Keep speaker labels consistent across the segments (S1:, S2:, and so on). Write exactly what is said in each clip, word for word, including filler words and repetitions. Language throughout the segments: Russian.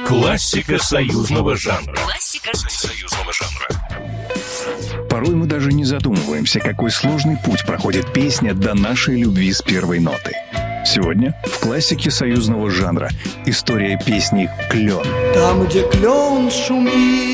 S1: Классика союзного жанра. Классика союзного жанра.
S2: Порой мы даже не задумываемся, какой сложный путь проходит песня до нашей любви с первой ноты. Сегодня в классике союзного жанра история песни «Клен».
S3: Там, где клен шумит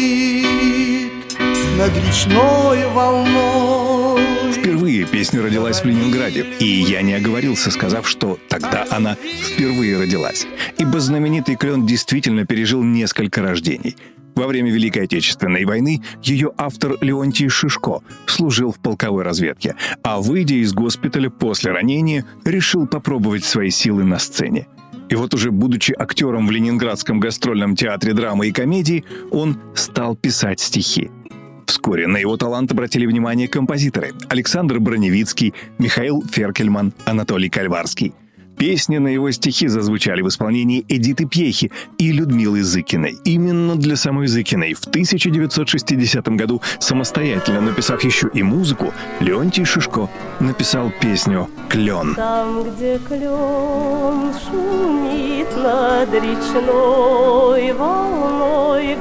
S3: над речной волной.
S2: Впервые песня родилась в Ленинграде, и я не оговорился, сказав, что тогда она впервые родилась. Ибо знаменитый «Клен» действительно пережил несколько рождений. Во время Великой Отечественной войны ее автор Леонтий Шишко служил в полковой разведке, а, выйдя из госпиталя после ранения, решил попробовать свои силы на сцене. И вот уже будучи актером в Ленинградском гастрольном театре драмы и комедии, он стал писать стихи. Вскоре на его талант обратили внимание композиторы Александр Броневицкий, Михаил Феркельман, Анатолий Кальварский. Песни на его стихи зазвучали в исполнении Эдиты Пьехи и Людмилы Зыкиной. Именно для самой Зыкиной в тысяча девятьсот шестидесятом году, самостоятельно написав еще и музыку, Леонтий Шишко написал песню «Клен».
S4: Там, где клен шумит над речной волной,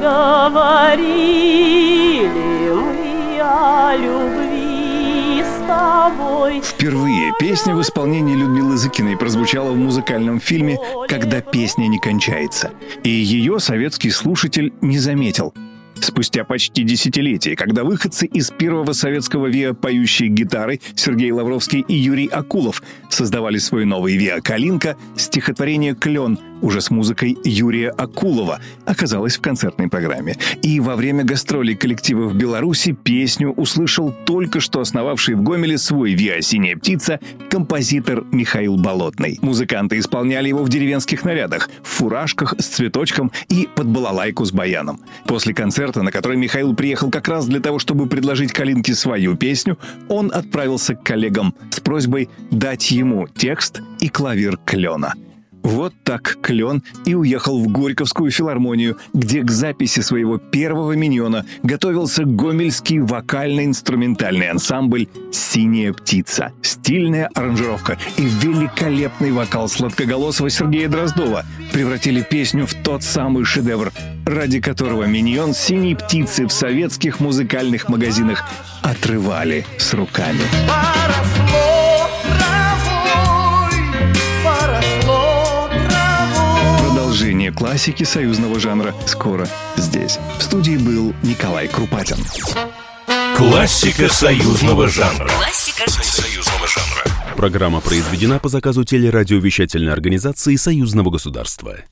S4: говорили мы о любви с тобой.
S2: Впервые песня в исполнении Людмилы Зыкиной прозвучала в музыкальном фильме «Когда песня не кончается». И ее советский слушатель не заметил. Спустя почти десятилетие, когда выходцы из первого советского ВИА «Поющие гитары» Сергей Лавровский и Юрий Акулов создавали свой новый ВИА «Калинка», стихотворение «Клен» уже с музыкой Юрия Акулова оказалось в концертной программе. И во время гастролей коллектива в Беларуси песню услышал только что основавший в Гомеле свой ВИА «Синяя птица» композитор Михаил Болотный. Музыканты исполняли его в деревенских нарядах, в фуражках с цветочком и под балалайку с баяном. После концерта, на который Михаил приехал как раз для того, чтобы предложить Калинке свою песню, он отправился к коллегам с просьбой дать ему текст и клавир «Клена». Вот так «Клен» и уехал в Горьковскую филармонию, где к записи своего первого миньона готовился гомельский вокально-инструментальный ансамбль «Синяя птица». Стильная аранжировка и великолепный вокал сладкоголосого Сергея Дроздова превратили песню в тот самый шедевр, ради которого миньон «Синей птицы» в советских музыкальных магазинах отрывали с руками. Продолжение классики союзного жанра скоро здесь. В студии был Николай Крупатин.
S1: Классика союзного жанра. Классика союзного жанра.
S5: Программа произведена по заказу телерадиовещательной организации Союзного государства.